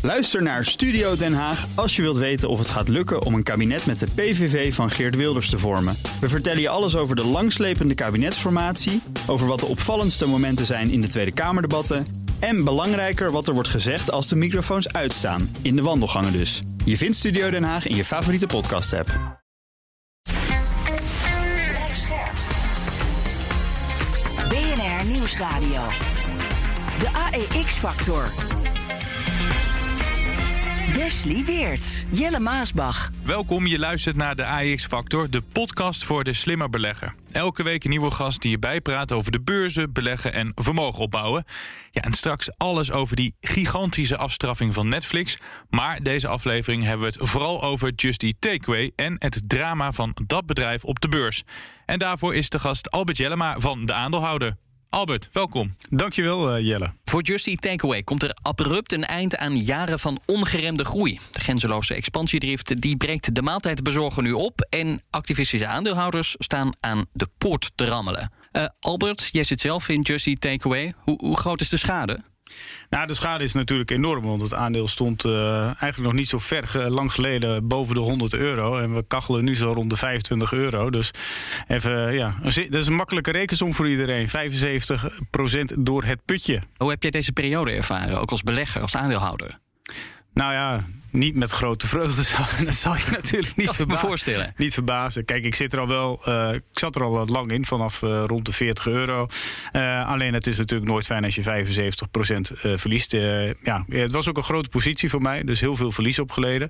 Luister naar Studio Den Haag als je wilt weten of het gaat lukken om een kabinet met de PVV van Geert Wilders te vormen. We vertellen je alles over de langslepende kabinetsformatie, over wat de opvallendste momenten zijn in de Tweede Kamerdebatten en belangrijker wat er wordt gezegd als de microfoons uitstaan, in de wandelgangen dus. Je vindt Studio Den Haag in je favoriete podcast-app. BNR Nieuwsradio. De AEX-factor. Wesley Weerts, Jelle Maasbach. Welkom, je luistert naar de AEX-factor, de podcast voor de slimme belegger. Elke week een nieuwe gast die je bijpraat over de beurzen, beleggen en vermogen opbouwen. Ja, en straks alles over die gigantische afstraffing van Netflix. Maar deze aflevering hebben we het vooral over Just Eat Takeaway en het drama van dat bedrijf op de beurs. En daarvoor is de gast Albert Jellema van De Aandeelhouder. Albert, welkom. Dankjewel, Jelle. Voor Just Eat Takeaway komt er abrupt een eind aan jaren van ongeremde groei. De grenzeloze expansiedrift die breekt de maaltijdbezorger nu op en activistische aandeelhouders staan aan de poort te rammelen. Albert, jij zit zelf in Just Eat Takeaway. Hoe groot is de schade? Nou, de schade is natuurlijk enorm, want het aandeel stond eigenlijk nog niet zo lang geleden boven de €100. En we kachelen nu zo rond de €25. Dus even, ja, dat is een makkelijke rekensom voor iedereen. 75% door het putje. Hoe heb jij deze periode ervaren, ook als belegger, als aandeelhouder? Nou ja, niet met grote vreugde. Dat zal je natuurlijk niet verbazen. Kijk, ik zat er al lang in, vanaf rond de €40. Alleen het is natuurlijk nooit fijn als je 75% verliest. Het was ook een grote positie voor mij, dus heel veel verlies opgeleden.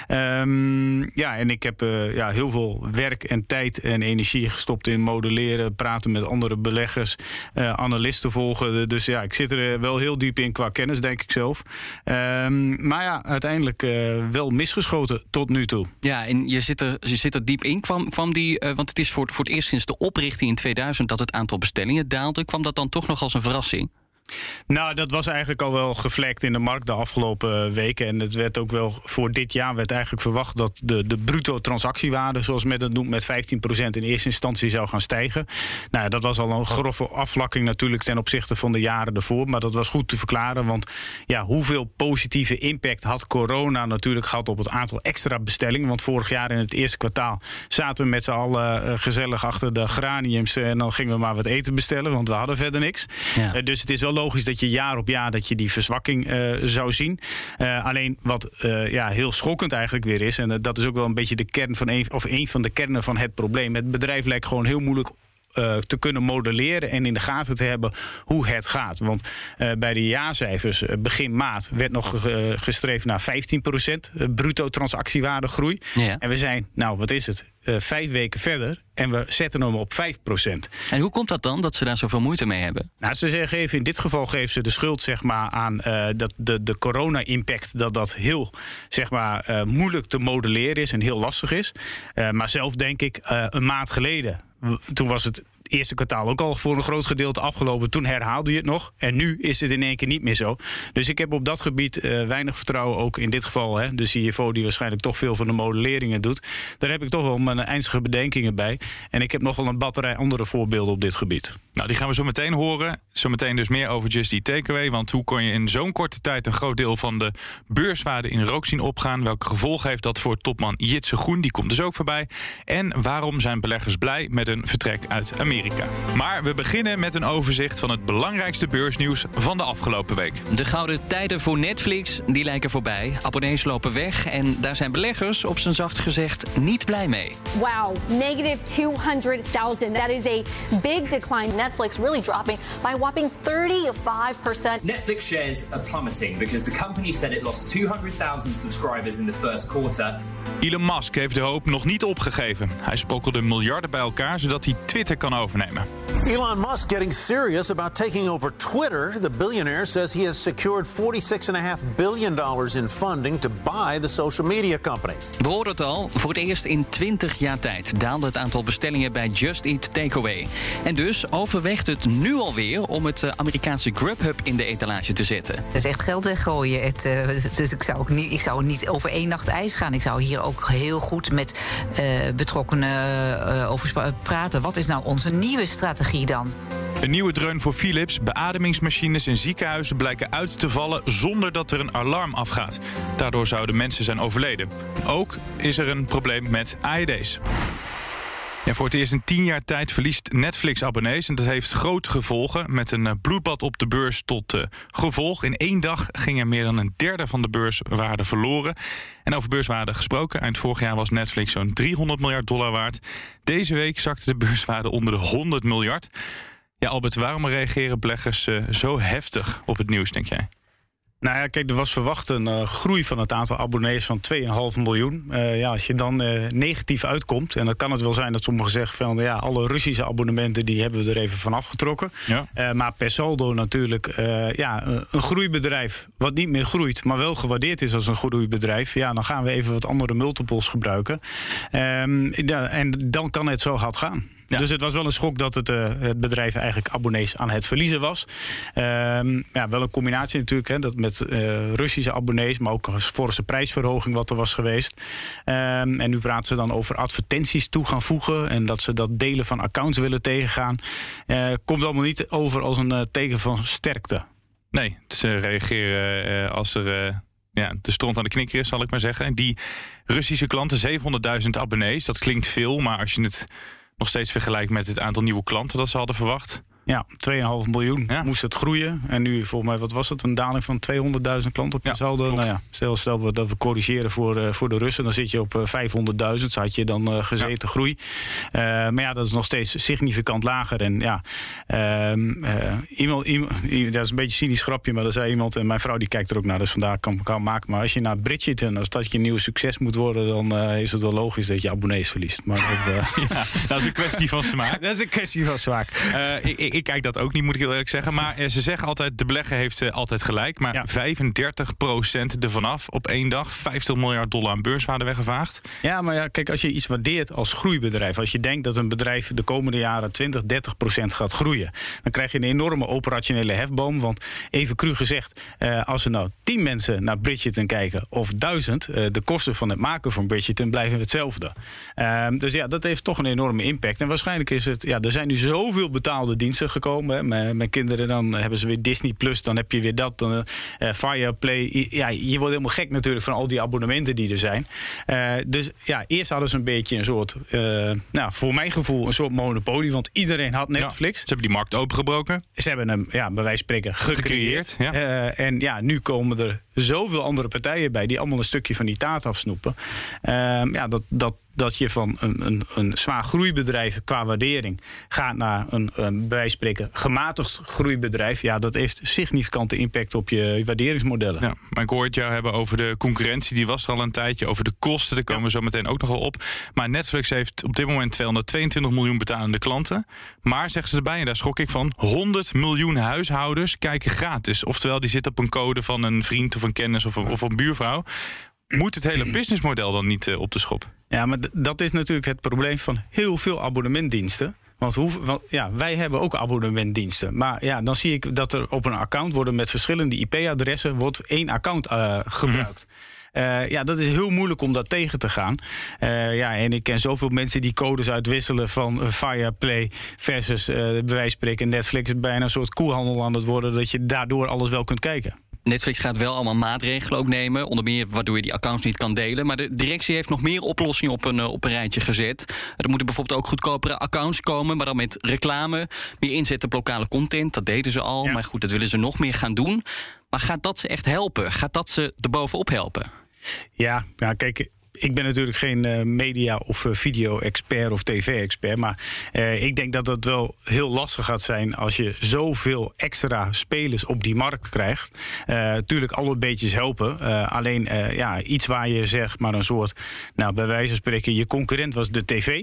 En ik heb heel veel werk en tijd en energie gestopt in modelleren, praten met andere beleggers, analisten volgen. Dus ja, ik zit er wel heel diep in qua kennis, denk ik zelf. Maar ja, uiteindelijk wel misgeschoten tot nu toe. Ja, en je zit er diep in. Kwam die, want het is voor het eerst sinds de oprichting in 2000 dat het aantal bestellingen daalde. Kwam dat dan toch nog als een verrassing? Nou, dat was eigenlijk al wel geflekt in de markt de afgelopen weken. En het werd ook wel voor dit jaar eigenlijk verwacht dat de bruto transactiewaarde, zoals men dat noemt, met 15% in eerste instantie zou gaan stijgen. Nou, dat was al een grove afvlakking natuurlijk ten opzichte van de jaren ervoor. Maar dat was goed te verklaren, want ja, hoeveel positieve impact had corona natuurlijk gehad op het aantal extra bestellingen? Want vorig jaar in het eerste kwartaal zaten we met z'n allen gezellig achter de geraniums en dan gingen we maar wat eten bestellen, want we hadden verder niks. Ja. Dus het is wel logisch dat je jaar op jaar dat je die verzwakking zou zien. Alleen wat heel schokkend eigenlijk weer is, en dat is ook wel een beetje de kern van een van de kernen van het probleem. Het bedrijf lijkt gewoon heel moeilijk te kunnen modelleren en in de gaten te hebben hoe het gaat. Want bij de jaarcijfers begin maart werd nog gestreefd naar 15% bruto transactiewaardegroei. Ja. En we zijn, 5 weken verder en we zetten hem op 5%. En hoe komt dat dan, dat ze daar zoveel moeite mee hebben? Nou, in dit geval geven ze de schuld aan dat de corona-impact, dat heel moeilijk te modelleren is en heel lastig is. Maar zelf denk ik, een maand geleden, toen was het eerste kwartaal ook al voor een groot gedeelte afgelopen. Toen herhaalde je het nog. En nu is het in één keer niet meer zo. Dus ik heb op dat gebied weinig vertrouwen. Ook in dit geval de CFO die waarschijnlijk toch veel van de modelleringen doet. Daar heb ik toch wel mijn ernstige bedenkingen bij. En ik heb nog wel een batterij andere voorbeelden op dit gebied. Nou, die gaan we zo meteen horen. Zometeen dus meer over Just Eat Takeaway. Want hoe kon je in zo'n korte tijd een groot deel van de beurswaarde in rook zien opgaan? Welke gevolgen heeft dat voor topman Jitse Groen? Die komt dus ook voorbij. En waarom zijn beleggers blij met een vertrek uit Amerika? Maar we beginnen met een overzicht van het belangrijkste beursnieuws van de afgelopen week. De gouden tijden voor Netflix, die lijken voorbij. Abonnees lopen weg en daar zijn beleggers op zijn zacht gezegd niet blij mee. Wow, negative 200,000. That is a big decline. Netflix really dropping by a whopping 35%. Netflix shares are plummeting because the company said it lost 200,000 subscribers in the first quarter. Elon Musk heeft de hoop nog niet opgegeven. Hij sprokkelde miljarden bij elkaar zodat hij Twitter kan overnemen. Elon Musk getting serious about taking over Twitter. The billionaire says he has secured $46.5 billion in funding to buy the social media company. We hoorden het al, voor het eerst in 20 jaar tijd daalde het aantal bestellingen bij Just Eat Takeaway. En dus overweegt het nu alweer om het Amerikaanse Grubhub in de etalage te zetten. Dat is echt geld weggooien. Dus ik zou niet over één nacht ijs gaan. Ik zou hier ook heel goed met betrokkenen over praten. Wat is nou onze nieuwe strategie dan? Een nieuwe dreun voor Philips. Beademingsmachines in ziekenhuizen blijken uit te vallen zonder dat er een alarm afgaat. Daardoor zouden mensen zijn overleden. Ook is er een probleem met AED's. Ja, voor het eerst in 10 jaar tijd verliest Netflix abonnees. En dat heeft grote gevolgen, met een bloedbad op de beurs tot gevolg. In 1 dag ging er meer dan een derde van de beurswaarde verloren. En over beurswaarde gesproken, eind vorig jaar was Netflix zo'n $300 miljard waard. Deze week zakte de beurswaarde onder de 100 miljard. Ja, Albert, waarom reageren beleggers zo heftig op het nieuws, denk jij? Nou ja, kijk, er was verwacht een groei van het aantal abonnees van 2,5 miljoen. Als je dan negatief uitkomt, en dan kan het wel zijn dat sommigen zeggen van ja, alle Russische abonnementen die hebben we er even van afgetrokken. Ja. Maar per saldo natuurlijk een groeibedrijf wat niet meer groeit, maar wel gewaardeerd is als een groeibedrijf. Ja, dan gaan we even wat andere multiples gebruiken. En dan kan het zo hard gaan. Ja. Dus het was wel een schok dat het bedrijf eigenlijk abonnees aan het verliezen was. Wel een combinatie natuurlijk, hè, dat met Russische abonnees, maar ook een forse prijsverhoging wat er was geweest. En nu praten ze dan over advertenties toe gaan voegen en dat ze dat delen van accounts willen tegengaan. Komt allemaal niet over als een teken van sterkte. Nee, ze reageren als er de stront aan de knikker is, zal ik maar zeggen. En die Russische klanten, 700.000 abonnees, dat klinkt veel, maar als je het nog steeds vergelijkt met het aantal nieuwe klanten dat ze hadden verwacht. Ja, 2,5 miljoen moest het groeien. En nu, volgens mij, wat was het? Een daling van 200.000 klanten op je saldo. Nou ja, stel we dat we corrigeren voor de Russen, dan zit je op 500.000. Zo had je dan gezeten groei. Maar ja, dat is nog steeds significant lager. En ja, iemand, dat is een beetje een cynisch grapje, maar er zei iemand, en mijn vrouw die kijkt er ook naar, dus vandaar kan ik maken. Maar als je naar Bridgerton, als dat je een nieuw succes moet worden, dan is het wel logisch dat je abonnees verliest. Maar dat is een kwestie van smaak. Dat is een kwestie van smaak. Ik kijk dat ook niet, moet ik heel eerlijk zeggen. Maar ze zeggen altijd, de belegger heeft altijd gelijk. Maar 35% ervan af op 1 dag. $50 miljard aan beurswaarde weggevaagd. Ja, maar ja, kijk, als je iets waardeert als groeibedrijf, als je denkt dat een bedrijf de komende jaren 20-30% gaat groeien, dan krijg je een enorme operationele hefboom. Want even cru gezegd, als er nou 10 mensen naar Bridgerton kijken of 1000, de kosten van het maken van Bridgerton blijven hetzelfde. Dus ja, dat heeft toch een enorme impact. En waarschijnlijk is het, er zijn nu zoveel betaalde diensten gekomen. Hè. Mijn kinderen, dan hebben ze weer Disney Plus, dan heb je weer dat, dan Fireplay. Ja, je wordt helemaal gek natuurlijk van al die abonnementen die er zijn. Dus ja, eerst hadden ze een beetje een soort, voor mijn gevoel, een soort monopolie, want iedereen had Netflix. Ze hebben die markt opengebroken. Ze hebben hem, bij wijze van spreken, gecreëerd. Ja. En nu komen er zoveel andere partijen bij die allemaal een stukje van die taart afsnoepen. Dat je van een zwaar groeibedrijf qua waardering gaat naar een bij wijze van spreken gematigd groeibedrijf. Ja, dat heeft significante impact op je waarderingsmodellen. Ja, maar ik hoor het jou hebben over de concurrentie. Die was er al een tijdje. Over de kosten, daar komen we zo meteen ook nog wel op. Maar Netflix heeft op dit moment 222 miljoen betalende klanten. Maar, zeggen ze erbij, en daar schrok ik van, 100 miljoen huishoudens kijken gratis. Oftewel, die zitten op een code van een vriend of een kennis of een buurvrouw. Moet het hele businessmodel dan niet op de schop? Ja, maar dat is natuurlijk het probleem van heel veel abonnementdiensten. Want wij hebben ook abonnementdiensten. Maar ja, dan zie ik dat er op een account worden met verschillende IP-adressen wordt 1 account gebruikt. Dat is heel moeilijk om dat tegen te gaan. En ik ken zoveel mensen die codes uitwisselen van Fireplay versus bij wijze van spreken Netflix. Bijna een soort koehandel aan het worden dat je daardoor alles wel kunt kijken. Netflix gaat wel allemaal maatregelen ook nemen, onder meer waardoor je die accounts niet kan delen. Maar de directie heeft nog meer oplossingen op een rijtje gezet. Er moeten bijvoorbeeld ook goedkopere accounts komen, maar dan met reclame, meer inzetten op lokale content. Dat deden ze al, maar goed, dat willen ze nog meer gaan doen. Maar gaat dat ze echt helpen? Gaat dat ze erbovenop helpen? Ja, kijk, ik ben natuurlijk geen media- of video-expert of tv-expert. Maar ik denk dat het wel heel lastig gaat zijn als je zoveel extra spelers op die markt krijgt. Tuurlijk alle beetjes helpen. Alleen iets waar je zeg maar een soort, bij wijze van spreken, je concurrent was de tv.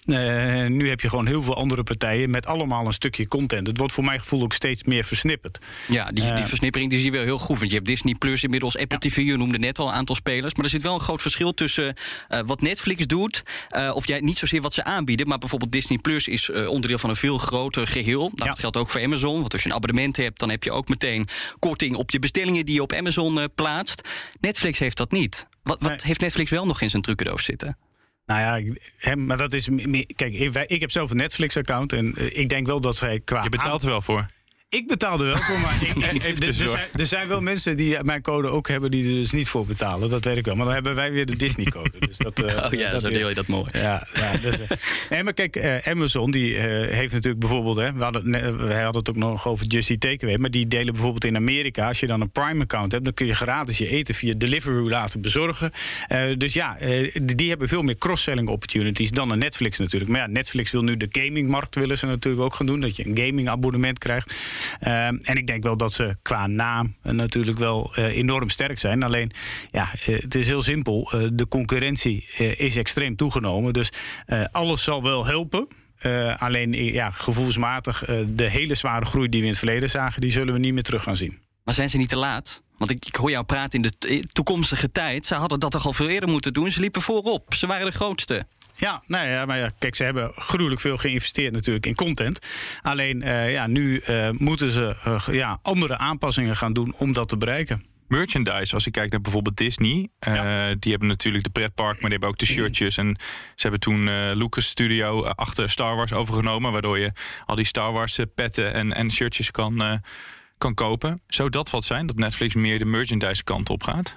Nu heb je gewoon heel veel andere partijen met allemaal een stukje content. Het wordt voor mijn gevoel ook steeds meer versnipperd. Ja, die versnippering die zie je wel heel goed. Want je hebt Disney Plus inmiddels, Apple TV, je noemde net al een aantal spelers. Maar er zit wel een groot verschil tussen wat Netflix doet, of jij niet zozeer wat ze aanbieden. Maar bijvoorbeeld Disney Plus is onderdeel van een veel groter geheel. Dat geldt ook voor Amazon. Want als je een abonnement hebt, dan heb je ook meteen korting op je bestellingen die je op Amazon plaatst. Netflix heeft dat niet. Wat heeft Netflix wel nog in zijn trucendoos zitten? Nou ja, maar dat is... Kijk, ik heb zelf een Netflix-account en ik denk wel dat zij qua... Je betaalt er wel voor. Ik betaal er wel voor, maar er zijn wel mensen die mijn code ook hebben die er dus niet voor betalen. Dat weet ik wel. Maar dan hebben wij weer de Disney-code. Dus zo deel je dat mooi. Ja, dus, nee, maar kijk, Amazon die heeft natuurlijk bijvoorbeeld... wij hadden het ook nog over Just Eat Takeaway... maar die delen bijvoorbeeld in Amerika... als je dan een Prime-account hebt... dan kun je gratis je eten via Deliveroo laten bezorgen. Dus ja, die hebben veel meer cross-selling opportunities... dan een Netflix natuurlijk. Maar ja, Netflix wil nu de gamingmarkt willen ze natuurlijk ook gaan doen... dat je een gaming-abonnement krijgt... en ik denk wel dat ze qua naam natuurlijk wel enorm sterk zijn. Alleen, ja, het is heel simpel. De concurrentie is extreem toegenomen. Dus alles zal wel helpen. Alleen, ja, gevoelsmatig, de hele zware groei die we in het verleden zagen... die zullen we niet meer terug gaan zien. Maar zijn ze niet te laat? Want ik hoor jou praten in de toekomstige tijd. Ze hadden dat toch al veel eerder moeten doen. Ze liepen voorop. Ze waren de grootste. Ja, nou ja, maar ja, kijk, ze hebben gruwelijk veel geïnvesteerd natuurlijk in content. Alleen, nu moeten ze andere aanpassingen gaan doen om dat te bereiken. Merchandise, als ik kijk naar bijvoorbeeld Disney... die hebben natuurlijk de pretpark, maar die hebben ook de shirtjes. En ze hebben toen Lucas Studio achter Star Wars overgenomen... waardoor je al die Star Wars petten en shirtjes kan kopen. Zou dat wat zijn, dat Netflix meer de merchandise kant op gaat?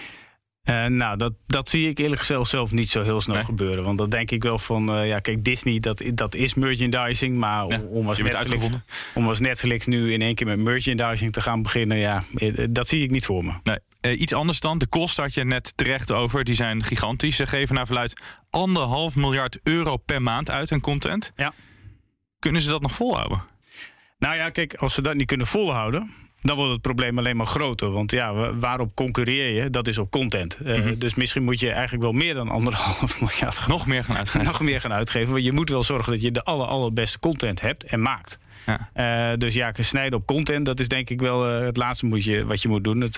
Dat zie ik eerlijk gezegd zelf niet zo heel snel gebeuren. Want dat denk ik wel van... kijk, Disney, dat is merchandising. Maar om als Netflix nu in één keer met merchandising te gaan beginnen... dat zie ik niet voor me. Nee. Iets anders dan, de kosten had je net terecht over. Die zijn gigantisch. Ze geven naar verluidt €1,5 miljard per maand uit aan content. Ja. Kunnen ze dat nog volhouden? Nou ja, kijk, als ze dat niet kunnen volhouden... dan wordt het probleem alleen maar groter. Want ja, waarop concurreer je? Dat is op content. Dus misschien moet je eigenlijk wel meer dan €1,5 miljard... Nog meer gaan uitgeven. Want je moet wel zorgen dat je de allerbeste content hebt en maakt. Ja. Dus ja, snijden op content, dat is denk ik wel het laatste wat je moet doen.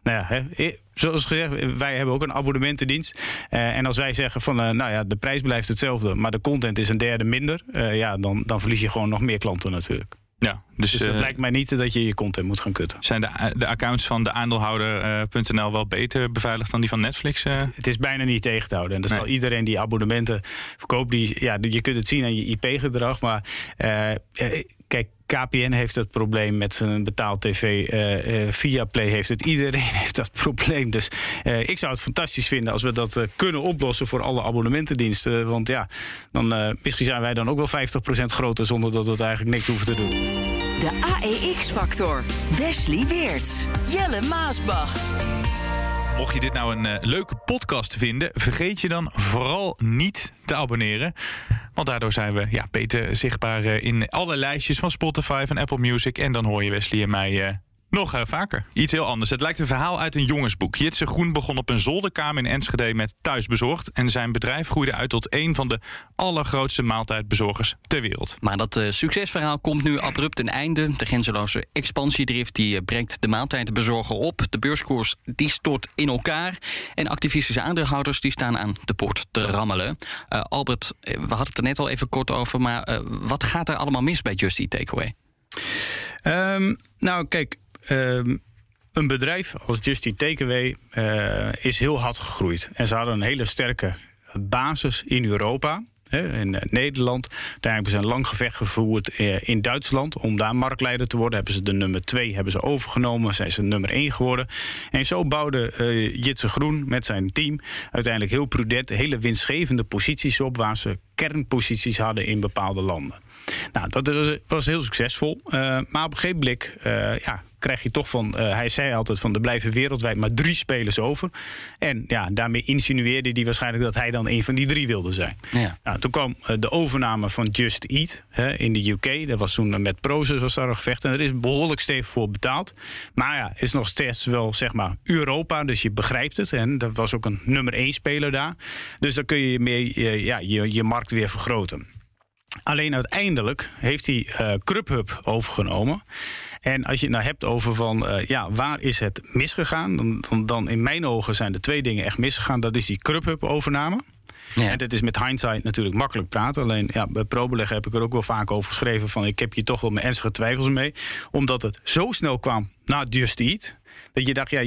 Zoals gezegd, wij hebben ook een abonnementendienst. En als wij zeggen van, de prijs blijft hetzelfde... maar de content is een derde minder... dan verlies je gewoon nog meer klanten natuurlijk. Ja, dus het lijkt mij niet dat je content moet gaan kutten. Zijn de accounts van de aandeelhouder.nl wel beter beveiligd dan die van Netflix? Het is bijna niet tegen te houden. En dat zal iedereen die abonnementen verkoopt. Je kunt het zien aan je IP-gedrag. Maar kijk, KPN heeft het probleem met zijn betaald tv. Viaplay heeft het. Iedereen heeft dat probleem. Dus ik zou het fantastisch vinden als we dat kunnen oplossen voor alle abonnementendiensten. Want ja, dan misschien zijn wij dan ook wel 50% groter zonder dat we het eigenlijk niks hoeven te doen. De AEX-factor. Wesley Weerts. Jelle Maasbach. Mocht je dit nou een leuke podcast vinden... vergeet je dan vooral niet te abonneren. Want daardoor zijn we beter zichtbaar in alle lijstjes van Spotify, van Apple Music. En dan hoor je Wesley en mij nog vaker. Iets heel anders. Het lijkt een verhaal uit een jongensboek. Jitse Groen begon op een zolderkamer in Enschede met Thuisbezorgd. En zijn bedrijf groeide uit tot een van de allergrootste maaltijdbezorgers ter wereld. Maar dat succesverhaal komt nu abrupt ten einde. De grenzeloze expansiedrift die breekt de maaltijdbezorger op. De beurskoers die stort in elkaar. En activistische aandeelhouders die staan aan de poort te rammelen. Albert, we hadden het er net al even kort over. Maar wat gaat er allemaal mis bij Just Eat Takeaway? Kijk... een bedrijf als Just Eat Takeaway is heel hard gegroeid. En ze hadden een hele sterke basis in Europa. In Nederland. Daar hebben ze een lang gevecht gevoerd in Duitsland om daar marktleider te worden. Hebben ze de nummer 2 overgenomen. Zijn ze nummer 1 geworden. En zo bouwde Jitse Groen met zijn team uiteindelijk heel prudent hele winstgevende posities op waar ze kernposities hadden in bepaalde landen. Nou, dat was heel succesvol. Maar op een gegeven blik krijg je toch van... hij zei altijd van er blijven wereldwijd maar 3 spelers over. En daarmee insinueerde hij waarschijnlijk dat hij dan een van die 3 wilde zijn. Ja. Nou, toen kwam de overname van Just Eat in de UK. Dat was toen met Prosus was daar een gevecht. En er is behoorlijk stevig voor betaald. Maar is nog steeds wel zeg maar Europa. Dus je begrijpt het. En dat was ook een nummer 1 speler daar. Dus dan kun je mee je markt weer vergroten. Alleen uiteindelijk heeft hij Grubhub overgenomen. En als je het nou hebt over van waar is het misgegaan? Dan in mijn ogen zijn er 2 dingen echt misgegaan. Dat is die Grubhub-overname. Ja. En dat is met hindsight natuurlijk makkelijk praten. Alleen bij ProBeleggen heb ik er ook wel vaak over geschreven van ik heb hier toch wel mijn ernstige twijfels mee. Omdat het zo snel kwam na Just Eat. Dat je dacht,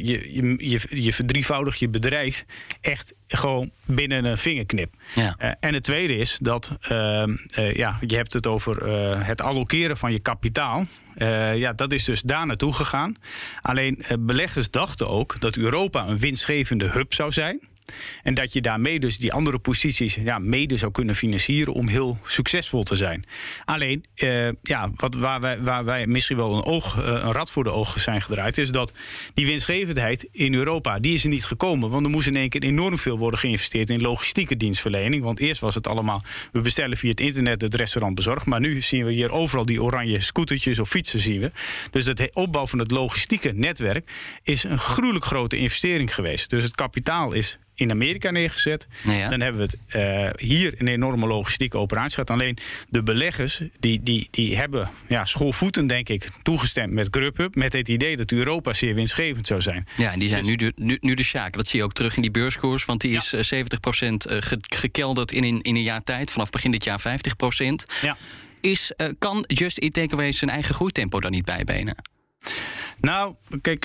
je verdrievoudigt je bedrijf echt gewoon binnen een vingerknip. Ja. En het tweede is dat je hebt het over het allokeren van je kapitaal. Dat is dus daar naartoe gegaan. Alleen beleggers dachten ook dat Europa een winstgevende hub zou zijn. En dat je daarmee dus die andere posities mede zou kunnen financieren om heel succesvol te zijn. Alleen, waar wij misschien wel een rad voor de ogen zijn gedraaid, is dat die winstgevendheid in Europa, die is er niet gekomen. Want er moest in één keer enorm veel worden geïnvesteerd in logistieke dienstverlening. Want eerst was het allemaal, we bestellen via het internet het restaurant bezorgd. Maar nu zien we hier overal die oranje scootertjes of fietsen zien we. Dus het opbouw van het logistieke netwerk is een gruwelijk grote investering geweest. Dus het kapitaal is in Amerika neergezet. Ja. Dan hebben we het hier een enorme logistieke operatie gehad. Alleen de beleggers die hebben schoolvoeten, denk ik, toegestemd met Grubhub, met het idee dat Europa zeer winstgevend zou zijn. Ja, en die zijn nu de sjaak. Dat zie je ook terug in die beurskoers, want die is 70% gekelderd in een jaar tijd. Vanaf begin dit jaar 50%. Ja. Kan Just Eat Takeaway zijn eigen groeitempo dan niet bijbenen? Nou, kijk,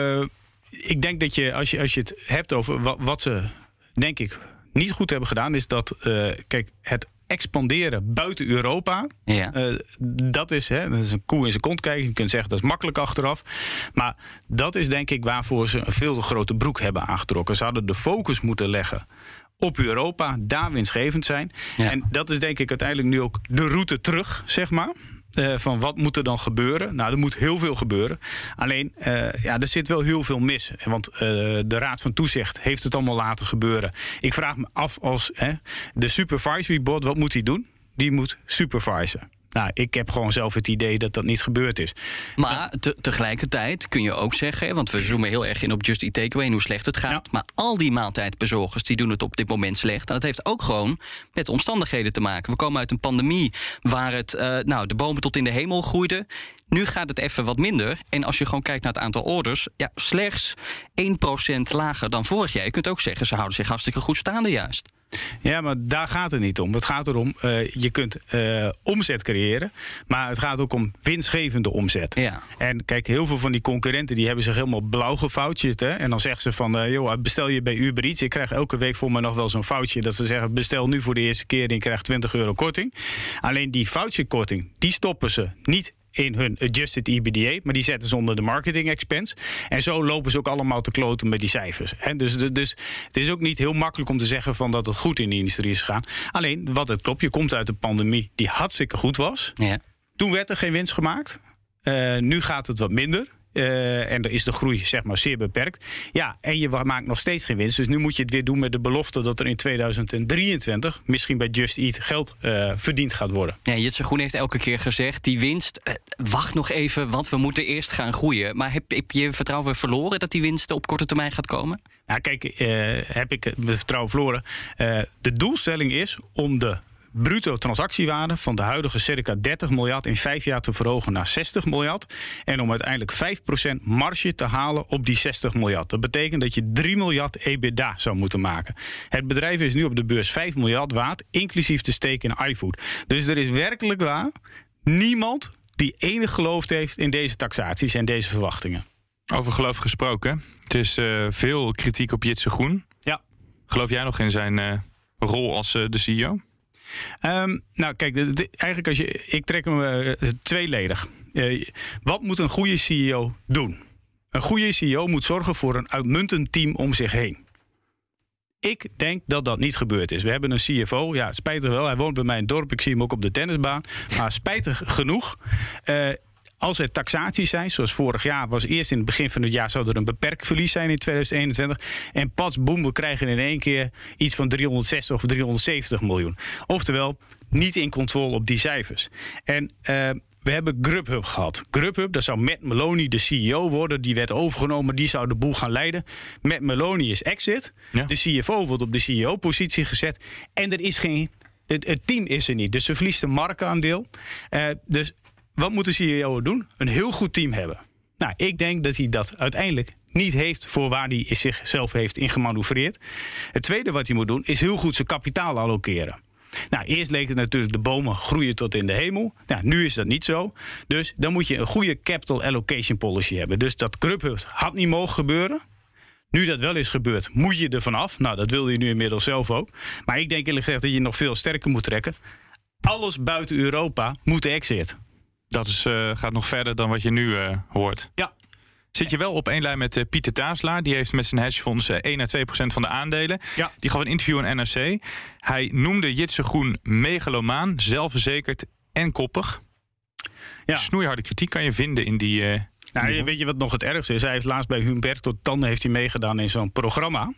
ik denk dat als je het hebt over wat ze, denk ik, niet goed hebben gedaan, is dat het expanderen buiten Europa. Ja. Dat is een koe in zijn kont kijken. Je kunt zeggen dat is makkelijk achteraf. Maar dat is denk ik waarvoor ze een veel te grote broek hebben aangetrokken. Ze hadden de focus moeten leggen op Europa, daar winstgevend zijn. Ja. En dat is denk ik uiteindelijk nu ook de route terug, zeg maar. Van wat moet er dan gebeuren? Nou, er moet heel veel gebeuren. Alleen, er zit wel heel veel mis. Want de Raad van Toezicht heeft het allemaal laten gebeuren. Ik vraag me af als de Supervisory Board, wat moet hij doen? Die moet supervisen. Nou, ik heb gewoon zelf het idee dat dat niet gebeurd is. Maar tegelijkertijd kun je ook zeggen, want we zoomen heel erg in op Just Eat Takeaway en hoe slecht het gaat. Ja. Maar al die maaltijdbezorgers die doen het op dit moment slecht. En dat heeft ook gewoon met omstandigheden te maken. We komen uit een pandemie waar het de bomen tot in de hemel groeiden. Nu gaat het even wat minder. En als je gewoon kijkt naar het aantal orders, slechts 1% lager dan vorig jaar. Je kunt ook zeggen, ze houden zich hartstikke goed staande juist. Ja, maar daar gaat het niet om. Het gaat erom, je kunt omzet creëren, maar het gaat ook om winstgevende omzet. Ja. En kijk, heel veel van die concurrenten die hebben zich helemaal blauw gefoutjeerd. En dan zeggen ze van, bestel je bij Uber Eats. Ik krijg elke week voor mij nog wel zo'n foutje dat ze zeggen, bestel nu voor de eerste keer en je krijgt €20 korting. Alleen die foutjekorting, die stoppen ze niet in hun adjusted EBITDA, maar die zetten ze onder de marketing expense. En zo lopen ze ook allemaal te kloten met die cijfers. Dus het is ook niet heel makkelijk om te zeggen van dat het goed in de industrie is gegaan. Alleen, wat het klopt, je komt uit een pandemie die hartstikke goed was. Ja. Toen werd er geen winst gemaakt. Nu gaat het wat minder. En dan is de groei zeg maar zeer beperkt. Ja, en je maakt nog steeds geen winst. Dus nu moet je het weer doen met de belofte dat er in 2023 misschien bij Just Eat geld verdiend gaat worden. Ja, Jitse Groen heeft elke keer gezegd, die winst, wacht nog even, want we moeten eerst gaan groeien. Maar heb je vertrouwen verloren dat die winst op korte termijn gaat komen? Ja, kijk, heb ik het vertrouwen verloren. De doelstelling is om de bruto transactiewaarde van de huidige circa 30 miljard in 5 jaar te verhogen naar 60 miljard. En om uiteindelijk 5% marge te halen op die 60 miljard. Dat betekent dat je 3 miljard EBITDA zou moeten maken. Het bedrijf is nu op de beurs 5 miljard waard, inclusief de stake in iFood. Dus er is werkelijk waar niemand die enig geloof heeft in deze taxaties en deze verwachtingen. Over geloof gesproken. Het is veel kritiek op Jitse Groen. Ja. Geloof jij nog in zijn rol als de CEO? Nou, kijk, eigenlijk ik trek hem tweeledig. Wat moet een goede CEO doen? Een goede CEO moet zorgen voor een uitmuntend team om zich heen. Ik denk dat dat niet gebeurd is. We hebben een CFO, ja, spijtig wel. Hij woont bij mij in het dorp, ik zie hem ook op de tennisbaan. Maar spijtig genoeg, als er taxaties zijn, zoals vorig jaar was eerst in het begin van het jaar zou er een beperkt verlies zijn in 2021. En pas boem, we krijgen in één keer iets van 360 of 370 miljoen. Oftewel, niet in controle op die cijfers. En we hebben Grubhub gehad. Grubhub, dat zou Matt Maloney de CEO worden. Die werd overgenomen, die zou de boel gaan leiden. Matt Maloney is exit. Ja. De CFO wordt op de CEO-positie gezet. En er is het team is er niet. Dus ze verliest een marktaandeel. Dus wat moet de CEO doen? Een heel goed team hebben. Nou, ik denk dat hij dat uiteindelijk niet heeft voor waar hij zichzelf heeft ingemanoeuvreerd. Het tweede wat hij moet doen is heel goed zijn kapitaal allokeren. Nou, eerst leek het natuurlijk de bomen groeien tot in de hemel. Nou, nu is dat niet zo. Dus dan moet je een goede capital allocation policy hebben. Dus dat Grubhub had niet mogen gebeuren. Nu dat wel is gebeurd, moet je er vanaf. Nou, dat wilde je nu inmiddels zelf ook. Maar ik denk eerlijk gezegd dat je nog veel sterker moet trekken. Alles buiten Europa moet exit. Dat gaat nog verder dan wat je nu hoort. Ja. Zit je wel op één lijn met Pieter Taaslaar. Die heeft met zijn hedgefonds 1 à 2% van de aandelen. Ja. Die gaf een interview aan NRC. Hij noemde Jitse Groen megalomaan, zelfverzekerd en koppig. Ja. Snoeiharde kritiek kan je vinden in die... weet je wat nog het ergste is? Hij heeft laatst bij Humberto Tan heeft hij meegedaan in zo'n programma.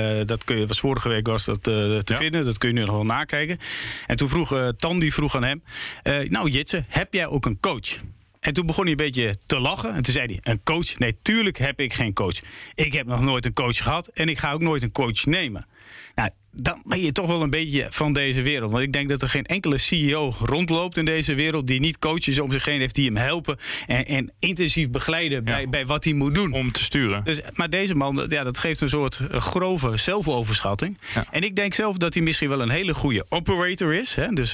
Vorige week was dat te vinden. Dat kun je nu nog wel nakijken. En toen vroeg Tan aan hem... nou Jitse, heb jij ook een coach? En toen begon hij een beetje te lachen. En toen zei hij, een coach? Nee, tuurlijk heb ik geen coach. Ik heb nog nooit een coach gehad en ik ga ook nooit een coach nemen. Nou, dan ben je toch wel een beetje van deze wereld. Want ik denk dat er geen enkele CEO rondloopt in deze wereld... die niet coaches om zich heen heeft die hem helpen... en intensief begeleiden bij wat hij moet doen. Om te sturen. Dus, maar deze man, dat geeft een soort grove zelfoverschatting. Ja. En ik denk zelf dat hij misschien wel een hele goede operator is. Hè? Dus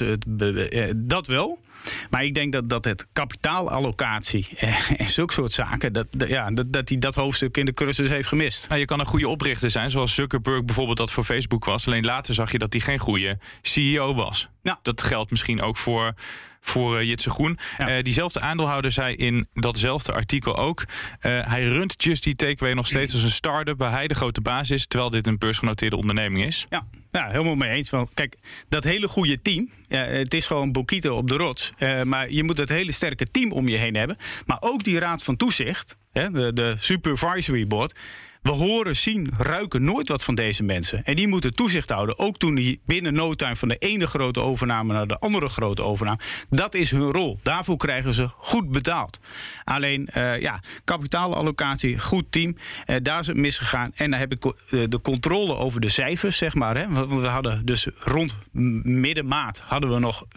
dat wel. Maar ik denk dat het kapitaalallocatie en zulke soort zaken... dat hij dat hoofdstuk in de cursus heeft gemist. Nou, je kan een goede oprichter zijn, zoals Zuckerberg bijvoorbeeld dat voor Facebook was. Alleen later zag je dat hij geen goede CEO was. Ja. Dat geldt misschien ook voor Jitse Groen. Ja. Diezelfde aandeelhouder zei in datzelfde artikel ook... hij runt Just Eat Takeaway nog steeds als een start-up... waar hij de grote baas is, terwijl dit een beursgenoteerde onderneming is. Ja, helemaal mee eens. Want kijk, dat hele goede team... het is gewoon Bokito op de rots. Maar je moet het hele sterke team om je heen hebben. Maar ook die raad van toezicht, de supervisory board... We horen, zien, ruiken nooit wat van deze mensen. En die moeten toezicht houden. Ook toen die binnen no time van de ene grote overname naar de andere grote overname. Dat is hun rol. Daarvoor krijgen ze goed betaald. Alleen, kapitaalallocatie, goed team. Daar is het misgegaan. En dan heb ik de controle over de cijfers, zeg maar. Hè. Want we hadden dus rond midden maart hadden we nog 15%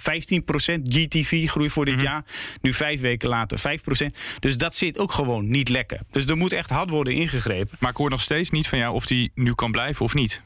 GTV-groei voor dit jaar. Nu 5 weken later 5%. Dus dat zit ook gewoon niet lekker. Dus er moet echt hard worden ingegrepen. Maar ik hoor nog steeds niet van jou of die nu kan blijven of niet.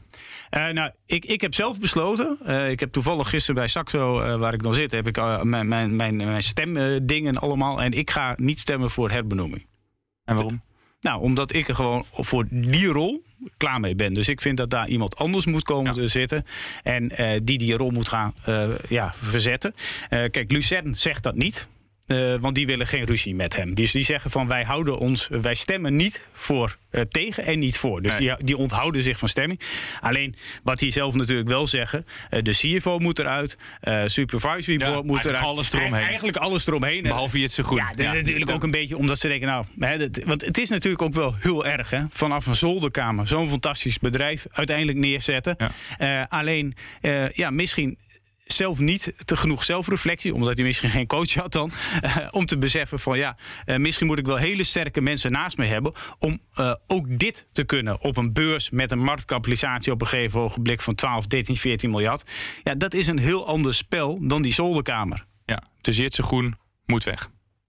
Ik heb zelf besloten. Ik heb toevallig gisteren bij Saxo, waar ik dan zit... heb ik mijn stemdingen allemaal. En ik ga niet stemmen voor herbenoeming. En waarom? Omdat ik er gewoon voor die rol klaar mee ben. Dus ik vind dat daar iemand anders moet komen te zitten. En die rol moet gaan verzetten. Kijk, Lucerne zegt dat niet. Want die willen geen ruzie met hem. Dus die zeggen van wij stemmen niet voor tegen en niet voor. Dus die onthouden zich van stemming. Alleen wat die zelf natuurlijk wel zeggen, de CFO moet eruit, supervisory board moet eruit. Eigenlijk alles eromheen. Behalve Jitse Groen. Ja, dat is natuurlijk ook een beetje omdat ze denken, want het is natuurlijk ook wel heel erg, hè, vanaf een zolderkamer zo'n fantastisch bedrijf uiteindelijk neerzetten. Ja. Alleen, misschien zelf niet te genoeg zelfreflectie, omdat hij misschien geen coach had dan, om te beseffen van misschien moet ik wel hele sterke mensen naast me hebben om ook dit te kunnen op een beurs met een marktkapitalisatie op een gegeven ogenblik van 12, 13, 14 miljard. Ja, dat is een heel ander spel dan die zolderkamer. Ja, dus Jitse Groen moet weg.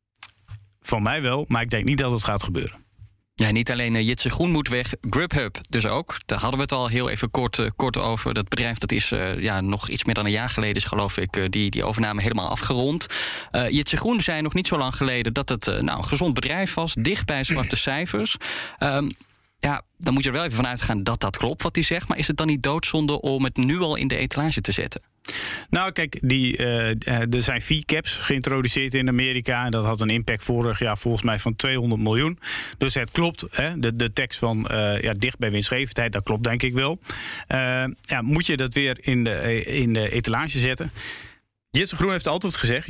Van mij wel, maar ik denk niet dat het gaat gebeuren. Ja, niet alleen Jitse Groen moet weg, Grubhub dus ook. Daar hadden we het al heel even kort over. Dat bedrijf dat is nog iets meer dan een jaar geleden is, geloof ik, die overname helemaal afgerond. Jitse Groen zei nog niet zo lang geleden dat het een gezond bedrijf was, dicht bij zwarte cijfers. Dan moet je er wel even van uitgaan dat dat klopt wat hij zegt. Maar is het dan niet doodzonde om het nu al in de etalage te zetten? Nou, kijk, er zijn fee-caps geïntroduceerd in Amerika. En dat had een impact vorig jaar volgens mij van 200 miljoen. Dus het klopt, hè, de tekst van dicht bij winstgevendheid, dat klopt denk ik wel. Moet je dat weer in de etalage zetten? Jitse Groen heeft altijd gezegd,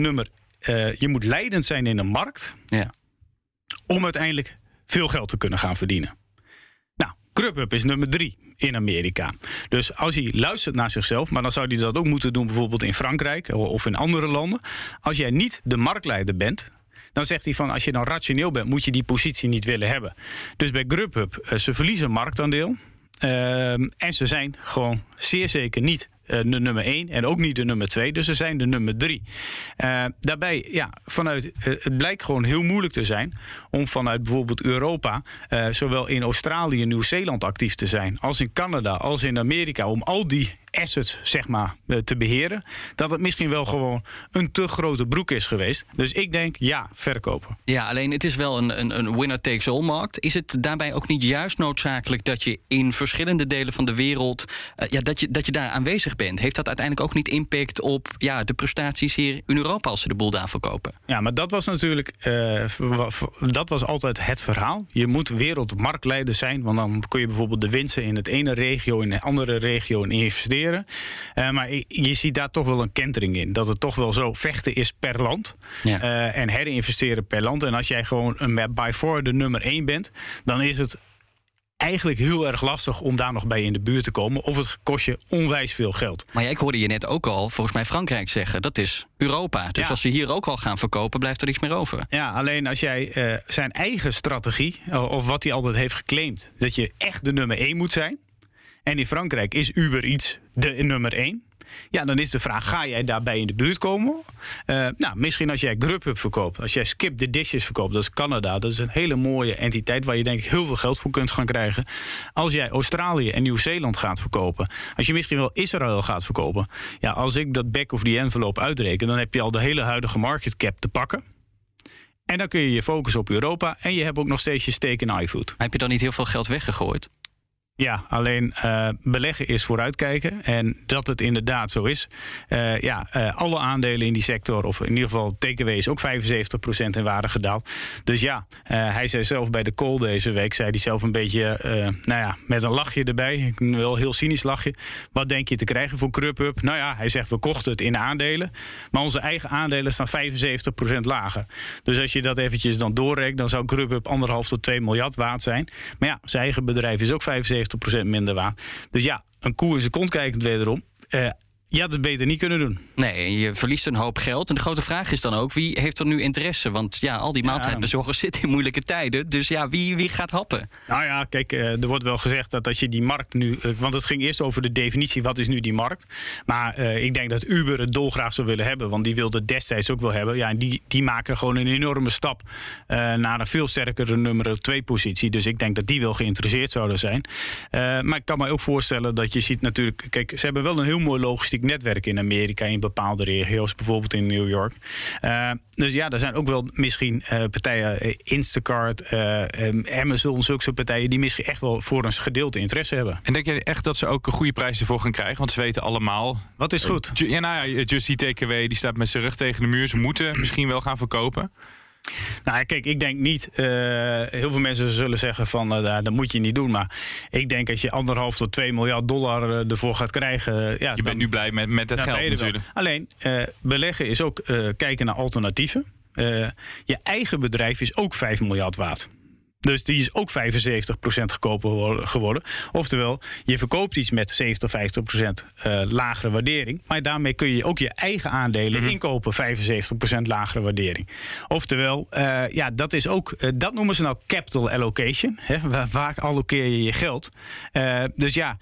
je moet leidend zijn in een markt om uiteindelijk veel geld te kunnen gaan verdienen. Nou, Grubhub is nummer 3 in Amerika. Dus als hij luistert naar zichzelf, maar dan zou hij dat ook moeten doen bijvoorbeeld in Frankrijk of in andere landen. Als jij niet de marktleider bent, dan zegt hij van als je dan rationeel bent, moet je die positie niet willen hebben. Dus bij Grubhub, ze verliezen marktaandeel. En ze zijn gewoon zeer zeker niet de nummer 1 en ook niet de nummer 2. Dus ze zijn de nummer 3. Daarbij, het blijkt gewoon heel moeilijk te zijn om vanuit bijvoorbeeld Europa, zowel in Australië en Nieuw-Zeeland actief te zijn, als in Canada, als in Amerika, om al die assets, zeg maar, te beheren, dat het misschien wel gewoon een te grote broek is geweest. Dus ik denk, ja, verkopen. Ja, alleen het is wel een winner-takes-all-markt. Is het daarbij ook niet juist noodzakelijk dat je in verschillende delen van de wereld, dat je daar aanwezig bent? Heeft dat uiteindelijk ook niet impact op de prestaties hier in Europa als ze de boel daar verkopen? Ja, maar dat was natuurlijk, dat was altijd het verhaal. Je moet wereldmarktleider zijn, want dan kun je bijvoorbeeld de winsten in het ene regio in de andere regio investeren. Maar je ziet daar toch wel een kentering in. Dat het toch wel zo vechten is per land. Ja. En herinvesteren per land. En als jij gewoon by far de nummer 1 bent, dan is het eigenlijk heel erg lastig om daar nog bij in de buurt te komen. Of het kost je onwijs veel geld. Maar ik hoorde je net ook al, volgens mij Frankrijk zeggen, dat is Europa. Dus als ze hier ook al gaan verkopen, blijft er niks meer over. Ja, alleen als jij zijn eigen strategie, of wat hij altijd heeft geclaimd, dat je echt de nummer 1 moet zijn. En in Frankrijk is Uber Eats de nummer 1. Ja, dan is de vraag, ga jij daarbij in de buurt komen? Misschien als jij Grubhub verkoopt, als jij Skip the Dishes verkoopt, dat is Canada, dat is een hele mooie entiteit waar je denk ik heel veel geld voor kunt gaan krijgen. Als jij Australië en Nieuw-Zeeland gaat verkopen, als je misschien wel Israël gaat verkopen, ja, als ik dat back of the envelope uitreken, dan heb je al de hele huidige market cap te pakken. En dan kun je je focussen op Europa en je hebt ook nog steeds je stake in iFood. Heb je dan niet heel veel geld weggegooid? Ja, alleen beleggen is vooruitkijken. En dat het inderdaad zo is. Alle aandelen in die sector, of in ieder geval TKW, is ook 75% in waarde gedaald. Dus ja, hij zei zelf bij de call deze week, zei hij zelf een beetje, met een lachje erbij. Een wel heel cynisch lachje. Wat denk je te krijgen voor Grubhub? Nou ja, hij zegt, we kochten het in aandelen. Maar onze eigen aandelen staan 75% lager. Dus als je dat eventjes dan doorrekent, dan zou Grubhub 1,5 tot 2 miljard waard zijn. Maar ja, zijn eigen bedrijf is ook 75% minder waard. Dus ja, een koe in zijn kont kijkend wederom. Je had het beter niet kunnen doen. Nee, je verliest een hoop geld. En de grote vraag is dan ook, wie heeft er nu interesse? Want ja, al die maaltijdbezorgers zitten in moeilijke tijden. Dus ja, wie gaat happen? Nou ja, kijk, er wordt wel gezegd dat als je die markt nu, want het ging eerst over de definitie, wat is nu die markt? Maar ik denk dat Uber het dolgraag zou willen hebben. Want die wilde het destijds ook wel hebben. Ja, en die maken gewoon een enorme stap naar een veel sterkere nummer 2 positie. Dus ik denk dat die wel geïnteresseerd zouden zijn. Maar ik kan me ook voorstellen dat je ziet natuurlijk, kijk, ze hebben wel een heel mooi logistiek netwerk in Amerika, in bepaalde regio's, bijvoorbeeld in New York. Dus ja, er zijn ook wel misschien partijen, Instacart, Amazon, zulke soort partijen, die misschien echt wel voor een gedeelte interesse hebben. En denk je echt dat ze ook goede prijzen ervoor gaan krijgen? Want ze weten allemaal. Wat is goed? Just Eat Takeaway, die staat met zijn rug tegen de muur. Ze moeten misschien wel gaan verkopen. Nou, kijk, ik denk niet. Heel veel mensen zullen zeggen van dat moet je niet doen. Maar ik denk als je 1,5 tot 2 miljard dollar ervoor gaat krijgen. Je bent nu blij met het geld natuurlijk. Alleen, beleggen is ook kijken naar alternatieven. Je eigen bedrijf is ook 5 miljard waard. Dus die is ook 75% goedkoper geworden. Oftewel, je verkoopt iets met 70-50% lagere waardering. Maar daarmee kun je ook je eigen aandelen inkopen, 75% lagere waardering. Oftewel, dat is ook, dat noemen ze nou capital allocation. Hè, waar allokeer je je geld? Dus ja,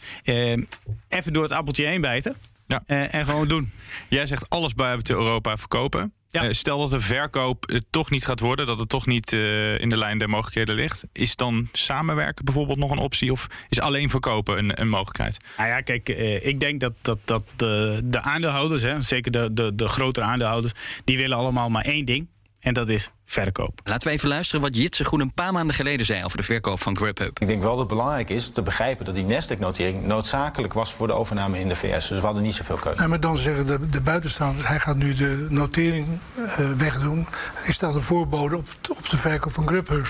even door het appeltje heen bijten. Ja. En gewoon doen. Jij zegt alles buiten Europa verkopen. Ja. Stel dat de verkoop toch niet gaat worden, dat het toch niet in de lijn der mogelijkheden ligt. Is dan samenwerken bijvoorbeeld nog een optie? Of is alleen verkopen een mogelijkheid? Nou ja, kijk, ik denk dat de aandeelhouders, hè, zeker de grotere aandeelhouders, die willen allemaal maar één ding. En dat is verkoop. Laten we even luisteren wat Jitse Groen een paar maanden geleden zei over de verkoop van Grubhub. Ik denk wel dat het belangrijk is te begrijpen dat die Nasdaq-notering noodzakelijk was voor de overname in de VS. Dus we hadden niet zoveel keuze. Ja, maar dan zeggen de buitenstaanders, hij gaat nu de notering wegdoen. Is dat een voorbode op de verkoop van Grubhub?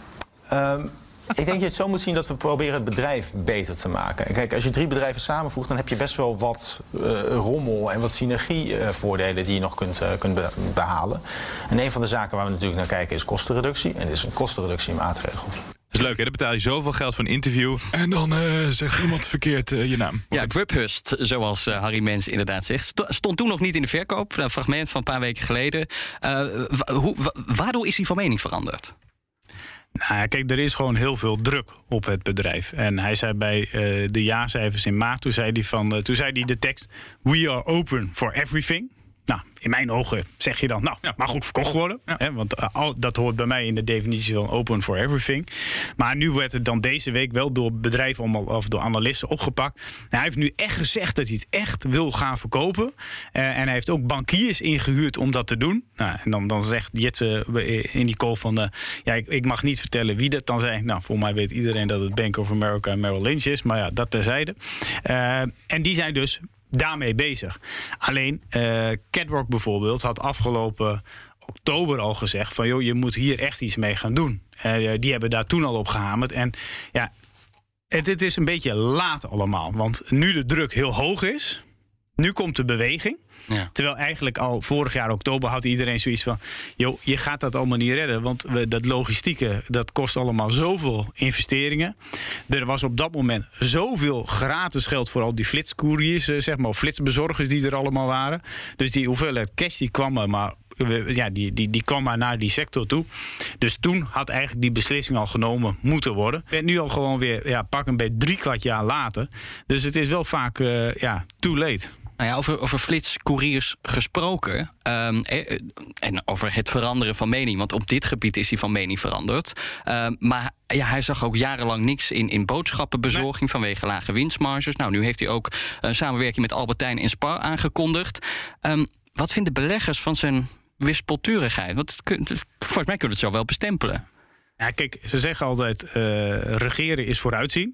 Ik denk dat je het zo moet zien dat we proberen het bedrijf beter te maken. Kijk, als je 3 bedrijven samenvoegt, dan heb je best wel wat rommel en wat synergievoordelen die je nog kunt behalen. En een van de zaken waar we natuurlijk naar kijken is kostenreductie. En dit is een kostenreductiemaatregel. Dat is leuk, hè? Dan betaal je zoveel geld voor een interview en dan zegt iemand verkeerd je naam. Ja, Grubhub, zoals Harry Mens inderdaad zegt, stond toen nog niet in de verkoop. Een fragment van een paar weken geleden. Waardoor is hij van mening veranderd? Nou ja, kijk, er is gewoon heel veel druk op het bedrijf. En hij zei bij de jaarcijfers in maart, toen zei hij de tekst: "We are open for everything." Nou, in mijn ogen zeg je dan, mag ook verkocht worden. Ja. Hè, want dat hoort bij mij in de definitie van open for everything. Maar nu werd het dan deze week wel door bedrijven of door analisten opgepakt. Nou, hij heeft nu echt gezegd dat hij het echt wil gaan verkopen. En hij heeft ook bankiers ingehuurd om dat te doen. Nou, en dan zegt Jitse in die call van... ik mag niet vertellen wie dat dan zijn. Nou, volgens mij weet iedereen dat het Bank of America en Merrill Lynch is. Maar ja, dat terzijde. En die zijn dus daarmee bezig. Alleen Catwalk bijvoorbeeld had afgelopen oktober al gezegd van joh, je moet hier echt iets mee gaan doen. Die hebben daar toen al op gehamerd. En ja, het is een beetje laat allemaal. Want nu de druk heel hoog is, nu komt de beweging. Ja. Terwijl eigenlijk al vorig jaar oktober had iedereen zoiets van... joh, je gaat dat allemaal niet redden, want dat logistieke... dat kost allemaal zoveel investeringen. Er was op dat moment zoveel gratis geld... voor al die flitscouriers, zeg maar, flitsbezorgers die er allemaal waren. Dus die hoeveelheid cash die kwam er maar... Ja, die kwam maar naar die sector toe. Dus toen had eigenlijk die beslissing al genomen moeten worden. Ik ben nu al gewoon weer pak een beetje 3/4 jaar later. Dus het is wel vaak too late. Nou ja, over flitscouriers gesproken en over het veranderen van mening. Want op dit gebied is hij van mening veranderd. Maar hij zag ook jarenlang niks in boodschappenbezorging vanwege lage winstmarges. Nou, nu heeft hij ook een samenwerking met Albert Heijn en Spar aangekondigd. Wat vinden beleggers van zijn wispelturigheid? Want volgens mij kunnen we het zo wel bestempelen. Ja, kijk, ze zeggen altijd regeren is vooruitzien.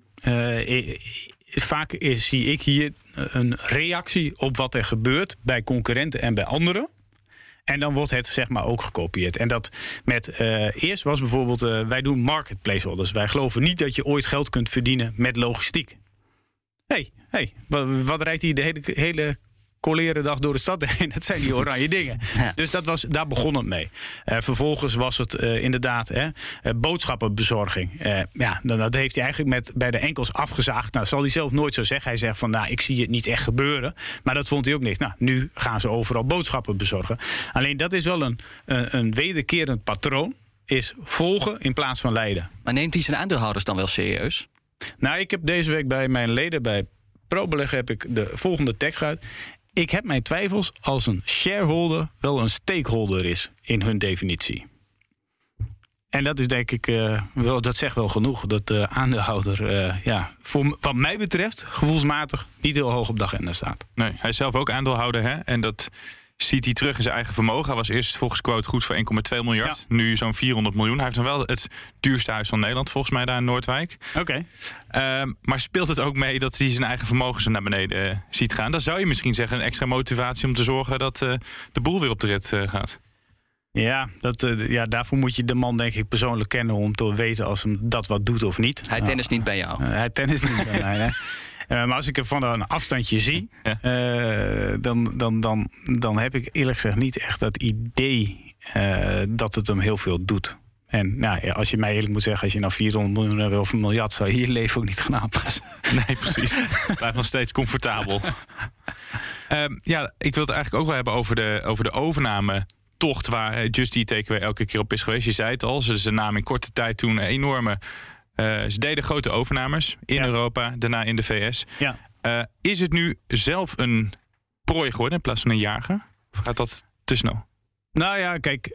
Vaak zie ik hier een reactie op wat er gebeurt bij concurrenten en bij anderen. En dan wordt het zeg maar ook gekopieerd. En dat met eerst was bijvoorbeeld, wij doen marketplace orders. Wij geloven niet dat je ooit geld kunt verdienen met logistiek. Hey, wat rijdt hier de hele koleren dag door de stad heen? Dat zijn die oranje dingen. Ja. Dus daar begon het mee. Vervolgens was het inderdaad boodschappenbezorging. Dat heeft hij eigenlijk bij de enkels afgezaagd. Nou, dat zal hij zelf nooit zo zeggen. Hij zegt van, ik zie het niet echt gebeuren. Maar dat vond hij ook niet. Nou, nu gaan ze overal boodschappen bezorgen. Alleen dat is wel een wederkerend patroon. Is volgen in plaats van leiden. Maar neemt hij zijn aandeelhouders dan wel serieus? Nou, ik heb deze week bij mijn leden bij ProBeleggen heb ik de volgende tekst gehad. Ik heb mijn twijfels als een shareholder wel een stakeholder is in hun definitie. En dat is denk ik dat zegt wel genoeg. Dat de aandeelhouder, wat mij betreft, gevoelsmatig niet heel hoog op de agenda staat. Nee, hij is zelf ook aandeelhouder, hè? En dat ziet hij terug in zijn eigen vermogen. Hij was eerst volgens quote goed voor 1,2 miljard. Ja. Nu zo'n 400 miljoen. Hij heeft nog wel het duurste huis van Nederland, volgens mij daar in Noordwijk. Oké. Maar speelt het ook mee dat hij zijn eigen vermogen zo naar beneden ziet gaan? Dan zou je misschien zeggen een extra motivatie om te zorgen dat de boel weer op de rit gaat. Ja, daarvoor moet je de man denk ik persoonlijk kennen om te weten als hem dat wat doet of niet. Hij tennist niet bij jou. Hij tennist niet bij mij, hè. Maar als ik hem van een afstandje zie, dan heb ik eerlijk gezegd niet echt dat idee dat het hem heel veel doet. En als je mij eerlijk moet zeggen, als je nou 400 miljoen hebt of 1 miljard, zou je je leven ook niet gaan aanpassen. Nee, precies. Blijft nog steeds comfortabel. Ik wil het eigenlijk ook wel hebben over de overnametocht waar Just Eat Takeaway elke keer op is geweest. Je zei het al, ze namen in korte tijd toen enorme... ze deden grote overnames in Europa, daarna in de VS. Ja. Is het nu zelf een prooi geworden in plaats van een jager? Of gaat dat te snel? Nou ja, kijk,